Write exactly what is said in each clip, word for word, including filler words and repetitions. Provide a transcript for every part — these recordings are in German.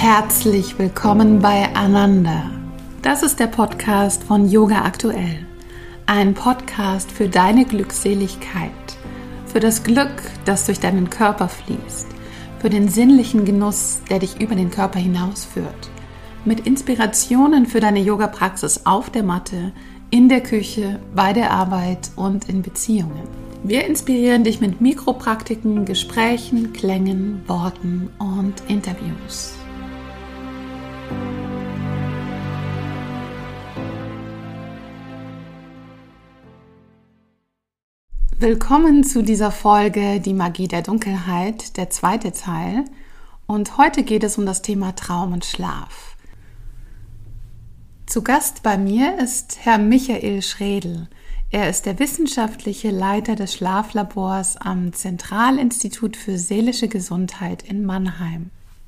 Herzlich willkommen bei Ananda. Das ist der Podcast von Yoga Aktuell. Ein Podcast für deine Glückseligkeit, für das Glück, das durch deinen Körper fließt, für den sinnlichen Genuss, der dich über den Körper hinausführt, mit Inspirationen für deine Yoga-Praxis auf der Matte, in der Küche, bei der Arbeit und in Beziehungen. Wir inspirieren dich mit Mikropraktiken, Gesprächen, Klängen, Worten und Interviews. Willkommen zu dieser Folge Die Magie der Dunkelheit, der zweite Teil. Und heute geht es um das Thema Traum und Schlaf. Zu Gast bei mir ist Herr Michael Schredl. Er ist der wissenschaftliche Leiter des Schlaflabors am Zentralinstitut für seelische Gesundheit in Mannheim.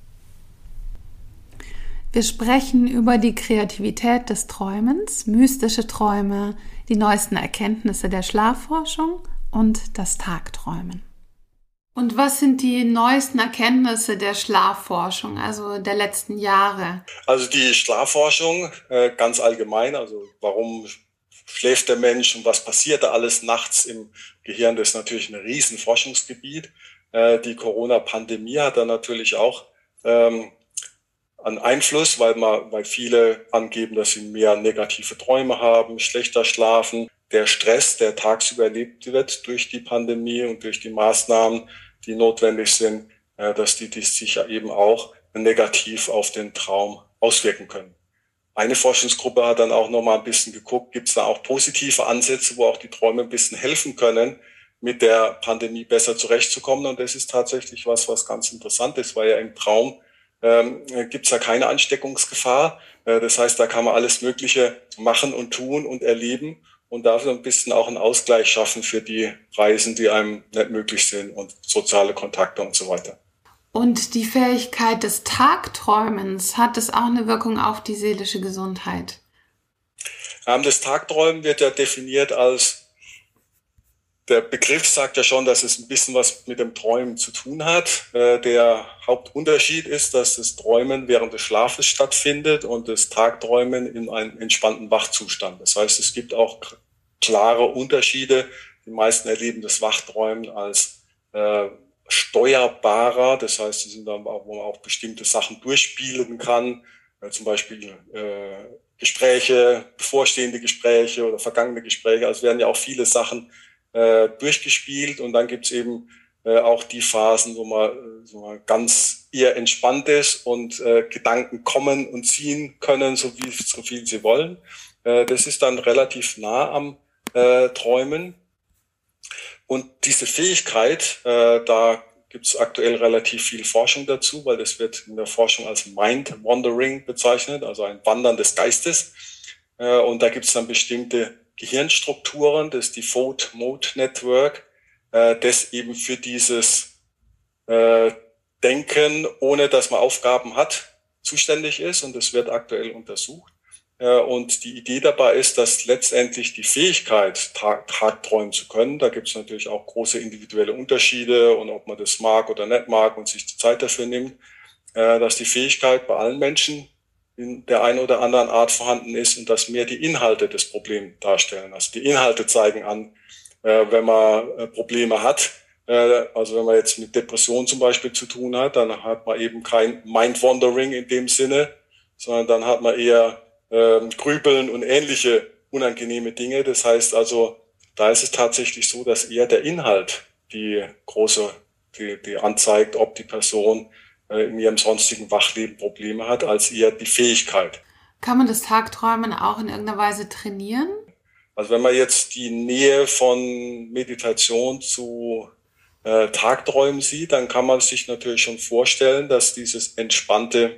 Wir sprechen über die Kreativität des Träumens, mystische Träume, die neuesten Erkenntnisse der Schlafforschung und das Tagträumen. Und was sind die neuesten Erkenntnisse der Schlafforschung, also der letzten Jahre? Also die Schlafforschung äh, ganz allgemein, also warum schläft der Mensch und was passiert da alles nachts im Gehirn, das ist natürlich ein riesen Forschungsgebiet. Äh, die Corona-Pandemie hat da natürlich auch ähm, einen Einfluss, weil, man, weil viele angeben, dass sie mehr negative Träume haben, schlechter schlafen. Der Stress, der tagsüber erlebt wird durch die Pandemie und durch die Maßnahmen, die notwendig sind, dass die, die sich eben auch negativ auf den Traum auswirken können. Eine Forschungsgruppe hat dann auch noch mal ein bisschen geguckt, gibt es da auch positive Ansätze, wo auch die Träume ein bisschen helfen können, mit der Pandemie besser zurechtzukommen. Und das ist tatsächlich was, was ganz interessant ist, weil ja im Traum ähm, gibt es ja keine Ansteckungsgefahr. Äh, das heißt, da kann man alles Mögliche machen und tun und erleben. Und dafür ein bisschen auch einen Ausgleich schaffen für die Reisen, die einem nicht möglich sind und soziale Kontakte und so weiter. Und die Fähigkeit des Tagträumens, hat es auch eine Wirkung auf die seelische Gesundheit? Ähm, das Tagträumen wird ja definiert als, der Begriff sagt ja schon, dass es ein bisschen was mit dem Träumen zu tun hat. Äh, der Hauptunterschied ist, dass das Träumen während des Schlafes stattfindet und das Tagträumen in einem entspannten Wachzustand. Das heißt, es gibt auch klare Unterschiede. Die meisten erleben das Wachträumen als äh, steuerbarer. Das heißt, es sind dann auch, wo man auch bestimmte Sachen durchspielen kann. Äh, zum Beispiel äh, Gespräche, bevorstehende Gespräche oder vergangene Gespräche. Also werden ja auch viele Sachen äh, durchgespielt. Und dann gibt's eben äh, auch die Phasen, wo man, äh, wo man ganz eher entspannt ist und äh, Gedanken kommen und ziehen können, so, wie, so viel sie wollen. Äh, das ist dann relativ nah am Äh, Träumen. Und diese Fähigkeit, äh, da gibt es aktuell relativ viel Forschung dazu, weil das wird in der Forschung als Mind Wandering bezeichnet, also ein Wandern des Geistes. Äh, und da gibt es dann bestimmte Gehirnstrukturen, das Default Mode Network, äh, das eben für dieses äh, Denken, ohne dass man Aufgaben hat, zuständig ist. Und das wird aktuell untersucht. Und die Idee dabei ist, dass letztendlich die Fähigkeit, Tag, Tagträumen zu können, da gibt es natürlich auch große individuelle Unterschiede und ob man das mag oder nicht mag und sich die Zeit dafür nimmt, dass die Fähigkeit bei allen Menschen in der einen oder anderen Art vorhanden ist und dass mehr die Inhalte das Problem darstellen. Also die Inhalte zeigen an, wenn man Probleme hat. Also wenn man jetzt mit Depressionen zum Beispiel zu tun hat, dann hat man eben kein Mind-Wandering in dem Sinne, sondern dann hat man eher Grübeln und ähnliche unangenehme Dinge. Das heißt also, da ist es tatsächlich so, dass eher der Inhalt die große, die, die anzeigt, ob die Person äh, in ihrem sonstigen Wachleben Probleme hat, als eher die Fähigkeit. Kann man das Tagträumen auch in irgendeiner Weise trainieren? Also wenn man jetzt die Nähe von Meditation zu äh, Tagträumen sieht, dann kann man sich natürlich schon vorstellen, dass dieses entspannte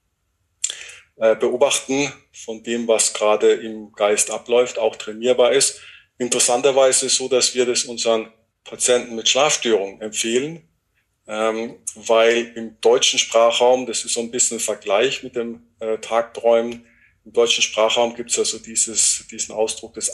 Beobachten von dem, was gerade im Geist abläuft, auch trainierbar ist. Interessanterweise ist es so, dass wir das unseren Patienten mit Schlafstörungen empfehlen, ähm, weil im deutschen Sprachraum, das ist so ein bisschen ein Vergleich mit dem äh, Tagträumen, im deutschen Sprachraum gibt es also dieses, diesen Ausdruck des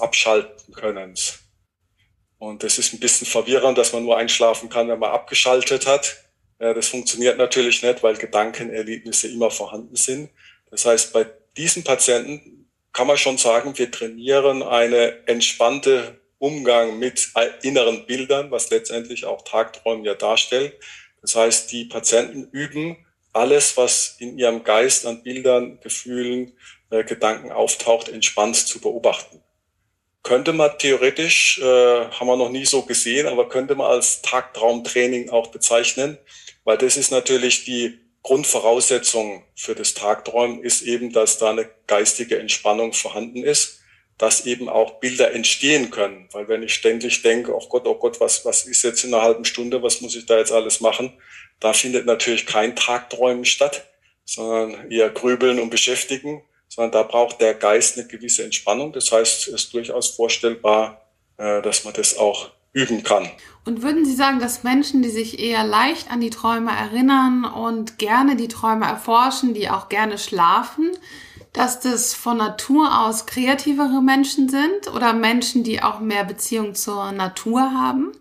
Abschaltenkönnens. Und das ist ein bisschen verwirrend, dass man nur einschlafen kann, wenn man abgeschaltet hat. Das funktioniert natürlich nicht, weil Gedankenerlebnisse immer vorhanden sind. Das heißt, bei diesen Patienten kann man schon sagen, wir trainieren eine entspannte Umgang mit inneren Bildern, was letztendlich auch Tagträume ja darstellt. Das heißt, die Patienten üben alles, was in ihrem Geist an Bildern, Gefühlen, äh, Gedanken auftaucht, entspannt zu beobachten. Könnte man theoretisch, äh, haben wir noch nie so gesehen, aber könnte man als Tagtraumtraining auch bezeichnen, weil das ist natürlich die Grundvoraussetzung für das Tagträumen, ist eben, dass da eine geistige Entspannung vorhanden ist, dass eben auch Bilder entstehen können. Weil wenn ich ständig denke, oh Gott, oh Gott, was, was ist jetzt in einer halben Stunde, was muss ich da jetzt alles machen? Da findet natürlich kein Tagträumen statt, sondern eher Grübeln und Beschäftigen, sondern da braucht der Geist eine gewisse Entspannung. Das heißt, es ist durchaus vorstellbar, dass man das auch üben kann. Und würden Sie sagen, dass Menschen, die sich eher leicht an die Träume erinnern und gerne die Träume erforschen, die auch gerne schlafen, dass das von Natur aus kreativere Menschen sind oder Menschen, die auch mehr Beziehung zur Natur haben?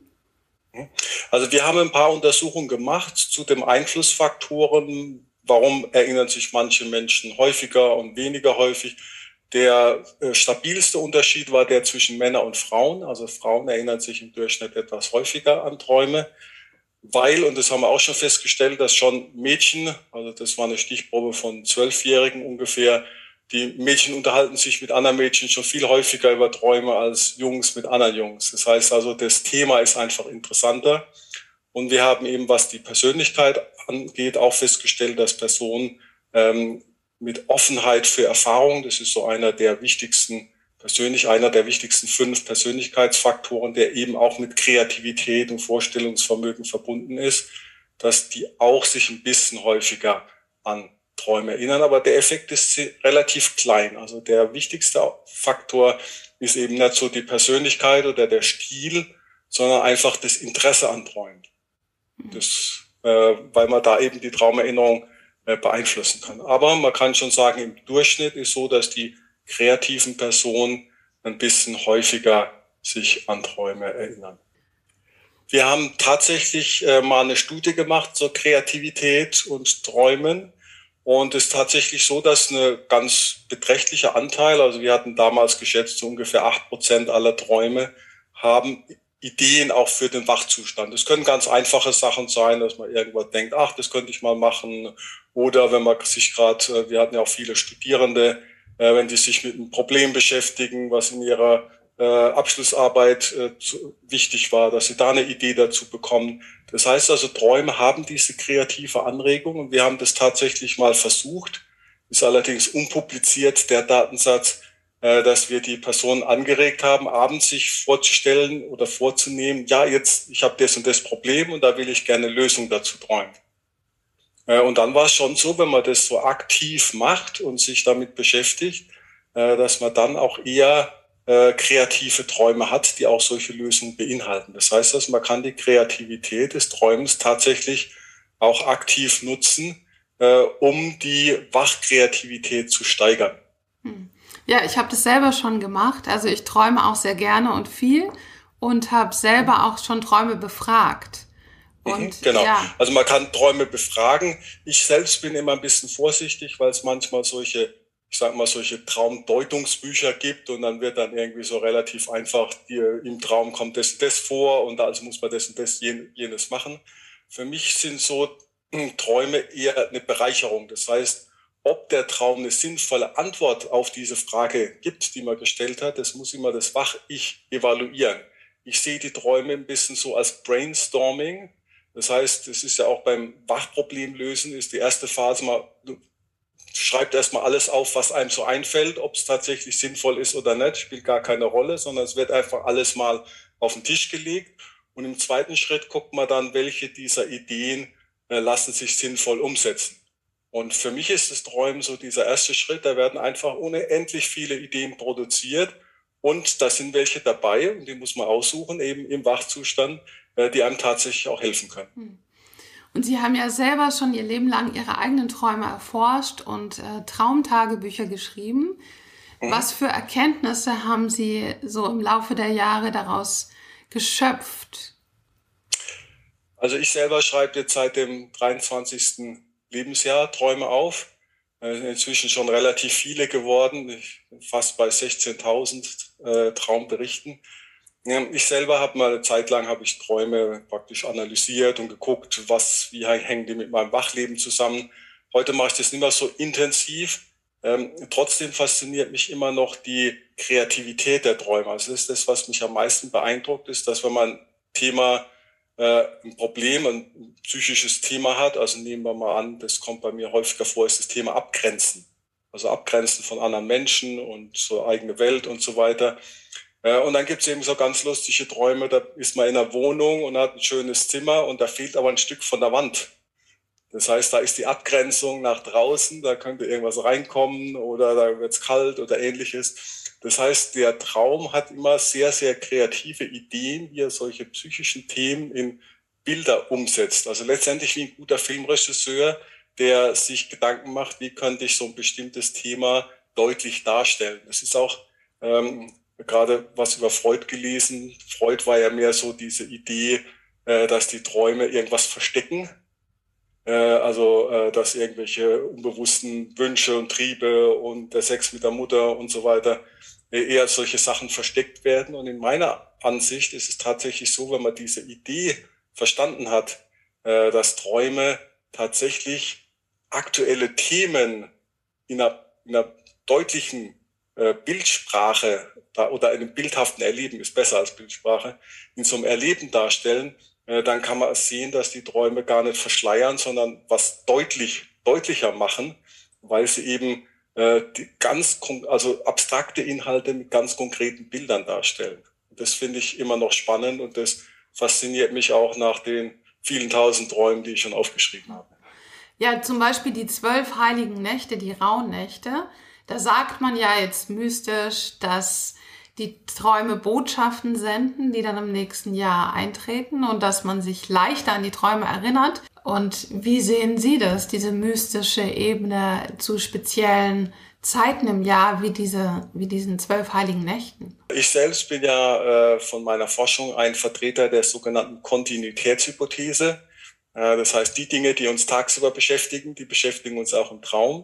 Also wir haben ein paar Untersuchungen gemacht zu den Einflussfaktoren. Warum erinnern sich manche Menschen häufiger und weniger häufig? Der äh, stabilste Unterschied war der zwischen Männern und Frauen. Also Frauen erinnern sich im Durchschnitt etwas häufiger an Träume, weil, und das haben wir auch schon festgestellt, dass schon Mädchen, also das war eine Stichprobe von Zwölfjährigen ungefähr, die Mädchen unterhalten sich mit anderen Mädchen schon viel häufiger über Träume als Jungs mit anderen Jungs. Das heißt also, das Thema ist einfach interessanter. Und wir haben eben, was die Persönlichkeit angeht, auch festgestellt, dass Personen ähm, mit Offenheit für Erfahrung, das ist so einer der wichtigsten, persönlich einer der wichtigsten fünf Persönlichkeitsfaktoren, der eben auch mit Kreativität und Vorstellungsvermögen verbunden ist, dass die auch sich ein bisschen häufiger an Träume erinnern. Aber der Effekt ist relativ klein. Also der wichtigste Faktor ist eben nicht so die Persönlichkeit oder der Stil, sondern einfach das Interesse an Träumen. Das, äh, weil man da eben die Traumerinnerung beeinflussen kann. Aber man kann schon sagen, im Durchschnitt ist so, dass die kreativen Personen ein bisschen häufiger sich an Träume erinnern. Wir haben tatsächlich äh, mal eine Studie gemacht zur Kreativität und Träumen. Und es ist tatsächlich so, dass ein ganz beträchtlicher Anteil, also wir hatten damals geschätzt, so ungefähr acht Prozent aller Träume haben Ideen auch für den Wachzustand. Das können ganz einfache Sachen sein, dass man irgendwo denkt, ach, das könnte ich mal machen. Oder wenn man sich gerade, wir hatten ja auch viele Studierende, wenn die sich mit einem Problem beschäftigen, was in ihrer Abschlussarbeit wichtig war, dass sie da eine Idee dazu bekommen. Das heißt also, Träume haben diese kreative Anregung und wir haben das tatsächlich mal versucht. Ist allerdings unpubliziert, der Datensatz, dass wir die Personen angeregt haben, abends sich vorzustellen oder vorzunehmen, ja, jetzt, ich habe das und das Problem und da will ich gerne eine Lösung dazu träumen. Und dann war es schon so, wenn man das so aktiv macht und sich damit beschäftigt, dass man dann auch eher kreative Träume hat, die auch solche Lösungen beinhalten. Das heißt, dass man kann die Kreativität des Träumens tatsächlich auch aktiv nutzen, um die Wachkreativität zu steigern. Hm. Ja, ich habe das selber schon gemacht. Also ich träume auch sehr gerne und viel und habe selber auch schon Träume befragt. Und, mhm, genau, ja. Also man kann Träume befragen. Ich selbst bin immer ein bisschen vorsichtig, weil es manchmal solche, ich sage mal, solche Traumdeutungsbücher gibt und dann wird dann irgendwie so relativ einfach, die, im Traum kommt das und das vor und also muss man das und das jenes machen. Für mich sind so Träume eher eine Bereicherung. Das heißt, ob der Traum eine sinnvolle Antwort auf diese Frage gibt, die man gestellt hat, das muss immer das Wach-Ich evaluieren. Ich sehe die Träume ein bisschen so als Brainstorming. Das heißt, es ist ja auch beim Wachproblemlösen, ist die erste Phase mal, schreibt erstmal alles auf, was einem so einfällt, ob es tatsächlich sinnvoll ist oder nicht, spielt gar keine Rolle, sondern es wird einfach alles mal auf den Tisch gelegt. Und im zweiten Schritt guckt man dann, welche dieser Ideen äh, lassen sich sinnvoll umsetzen. Und für mich ist das Träumen so dieser erste Schritt, da werden einfach unendlich viele Ideen produziert und da sind welche dabei, und die muss man aussuchen, eben im Wachzustand, die einem tatsächlich auch helfen können. Und Sie haben ja selber schon Ihr Leben lang Ihre eigenen Träume erforscht und äh, Traumtagebücher geschrieben. Mhm. Was für Erkenntnisse haben Sie so im Laufe der Jahre daraus geschöpft? Also ich selber schreibe jetzt seit dem dreiundzwanzigsten Lebensjahr Träume auf. Inzwischen schon relativ viele geworden, ich bin fast bei sechzehntausend äh, Traumberichten. Ja, ich selber habe mal eine Zeit lang habe ich Träume praktisch analysiert und geguckt, was, wie hängen die mit meinem Wachleben zusammen. Heute mache ich das nicht mehr so intensiv. Ähm, trotzdem fasziniert mich immer noch die Kreativität der Träume. Also das ist das, was mich am meisten beeindruckt, ist, dass wenn man ein Thema, äh, ein Problem, ein psychisches Thema hat, also nehmen wir mal an, das kommt bei mir häufiger vor, ist das Thema Abgrenzen. Also Abgrenzen von anderen Menschen und so eigene Welt und so weiter. Und dann gibt's eben so ganz lustige Träume, da ist man in einer Wohnung und hat ein schönes Zimmer und da fehlt aber ein Stück von der Wand. Das heißt, da ist die Abgrenzung nach draußen, da könnte irgendwas reinkommen oder da wird's kalt oder ähnliches. Das heißt, der Traum hat immer sehr, sehr kreative Ideen, wie er solche psychischen Themen in Bilder umsetzt. Also letztendlich wie ein guter Filmregisseur, der sich Gedanken macht, wie könnte ich so ein bestimmtes Thema deutlich darstellen. Das ist auch ähm, gerade was über Freud gelesen. Freud war ja mehr so diese Idee, äh, dass die Träume irgendwas verstecken. Äh, also, äh, dass irgendwelche unbewussten Wünsche und Triebe und der Sex mit der Mutter und so weiter äh, eher solche Sachen versteckt werden. Und in meiner Ansicht ist es tatsächlich so, wenn man diese Idee verstanden hat, äh, dass Träume tatsächlich aktuelle Themen in einer, in einer deutlichen äh, Bildsprache da, oder einem bildhaften Erleben, ist besser als Bildsprache, in so einem Erleben darstellen, äh, dann kann man sehen, dass die Träume gar nicht verschleiern, sondern was deutlich, deutlicher machen, weil sie eben äh, die ganz, also abstrakte Inhalte mit ganz konkreten Bildern darstellen. Das finde ich immer noch spannend und das fasziniert mich auch nach den vielen tausend Träumen, die ich schon aufgeschrieben habe. Ja, zum Beispiel die zwölf heiligen Nächte, die Rauhnächte. Da sagt man ja jetzt mystisch, dass die Träume Botschaften senden, die dann im nächsten Jahr eintreten und dass man sich leichter an die Träume erinnert. Und wie sehen Sie das, diese mystische Ebene zu speziellen Zeiten im Jahr wie diese, wie diesen zwölf heiligen Nächten? Ich selbst bin ja äh, von meiner Forschung ein Vertreter der sogenannten Kontinuitätshypothese. Äh, das heißt, die Dinge, die uns tagsüber beschäftigen, die beschäftigen uns auch im Traum.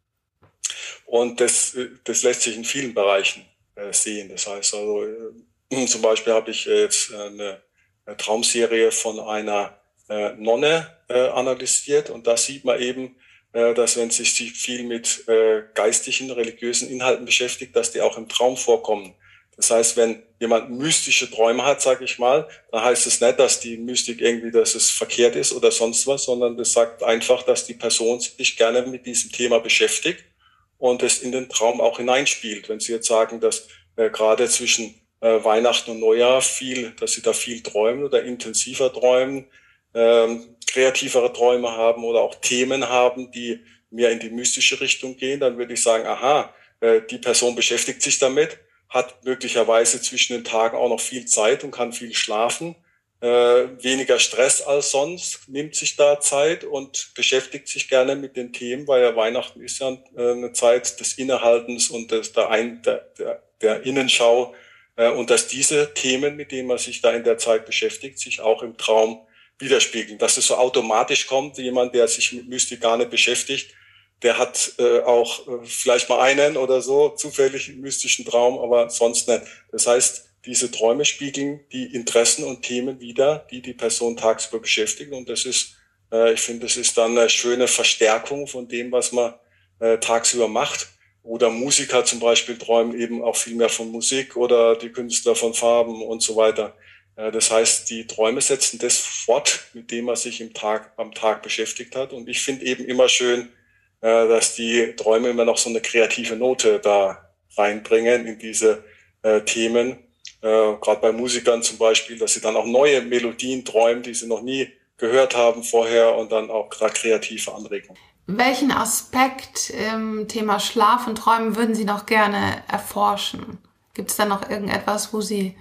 Und das, das lässt sich in vielen Bereichen äh, sehen. Das heißt also, äh, zum Beispiel habe ich jetzt eine, eine Traumserie von einer äh, Nonne äh, analysiert und da sieht man eben, äh, dass wenn sich sie viel mit äh, geistlichen, religiösen Inhalten beschäftigt, dass die auch im Traum vorkommen. Das heißt, wenn jemand mystische Träume hat, sage ich mal, dann heißt es nicht, dass die Mystik irgendwie, dass es verkehrt ist oder sonst was, sondern das sagt einfach, dass die Person sich gerne mit diesem Thema beschäftigt und es in den Traum auch hineinspielt. Wenn Sie jetzt sagen, dass äh, gerade zwischen äh, Weihnachten und Neujahr viel, dass Sie da viel träumen oder intensiver träumen, ähm, kreativere Träume haben oder auch Themen haben, die mehr in die mystische Richtung gehen, dann würde ich sagen, aha, äh, die Person beschäftigt sich damit, hat möglicherweise zwischen den Tagen auch noch viel Zeit und kann viel schlafen, äh, weniger Stress als sonst, nimmt sich da Zeit und beschäftigt sich gerne mit den Themen, weil ja Weihnachten ist ja äh, eine Zeit des Innehaltens und des, der, Ein, der, der, der Innenschau äh, und dass diese Themen, mit denen man sich da in der Zeit beschäftigt, sich auch im Traum widerspiegeln. Dass es so automatisch kommt, jemand, der sich mit Mystik gar nicht beschäftigt, der hat äh, auch äh, vielleicht mal einen oder so zufällig einen mystischen Traum, aber sonst nicht. Das heißt, diese Träume spiegeln die Interessen und Themen wider, die die Person tagsüber beschäftigen. Und das ist, äh, ich finde, das ist dann eine schöne Verstärkung von dem, was man äh, tagsüber macht. Oder Musiker zum Beispiel träumen eben auch viel mehr von Musik oder die Künstler von Farben und so weiter. Äh, das heißt, die Träume setzen das fort, mit dem man sich im Tag, am Tag beschäftigt hat. Und ich finde eben immer schön, dass die Träume immer noch so eine kreative Note da reinbringen in diese äh, Themen. Äh, Gerade bei Musikern zum Beispiel, dass sie dann auch neue Melodien träumen, die sie noch nie gehört haben vorher und dann auch gerade kreative Anregungen. Welchen Aspekt im Thema Schlaf und Träumen würden Sie noch gerne erforschen? Gibt es da noch irgendetwas, wo Sie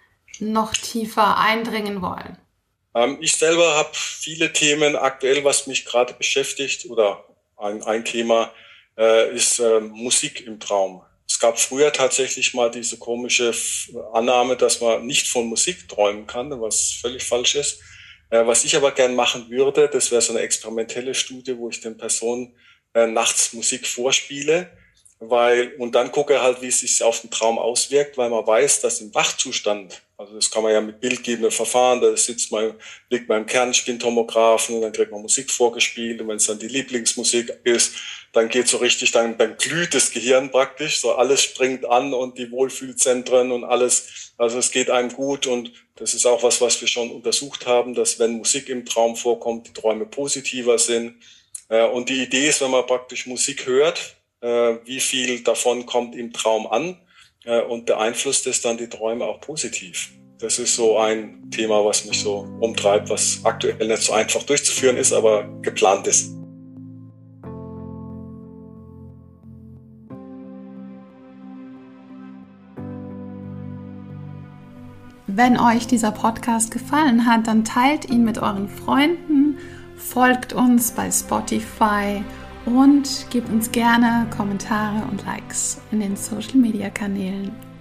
noch tiefer eindringen wollen? Ähm, ich selber habe viele Themen aktuell, was mich gerade beschäftigt oder Ein, ein Thema äh, ist äh, Musik im Traum. Es gab früher tatsächlich mal diese komische Annahme, dass man nicht von Musik träumen kann, was völlig falsch ist. Äh, was ich aber gern machen würde, das wäre so eine experimentelle Studie, wo ich den Personen äh, nachts Musik vorspiele, weil, und dann gucke halt, wie es sich auf den Traum auswirkt, weil man weiß, dass im Wachzustand, also das kann man ja mit bildgebenden Verfahren, da sitzt man, liegt man im Kernspintomographen, dann kriegt man Musik vorgespielt, und wenn es dann die Lieblingsmusik ist, dann geht so richtig, dann, dann glüht das Gehirn praktisch, so alles springt an und die Wohlfühlzentren und alles, also es geht einem gut, und das ist auch was, was wir schon untersucht haben, dass wenn Musik im Traum vorkommt, die Träume positiver sind. Und die Idee ist, wenn man praktisch Musik hört, wie viel davon kommt im Traum an, und beeinflusst es dann die Träume auch positiv. Das ist so ein Thema, was mich so umtreibt, was aktuell nicht so einfach durchzuführen ist, aber geplant ist. Wenn euch dieser Podcast gefallen hat, dann teilt ihn mit euren Freunden, folgt uns bei Spotify und gebt uns gerne Kommentare und Likes in den Social-Media-Kanälen.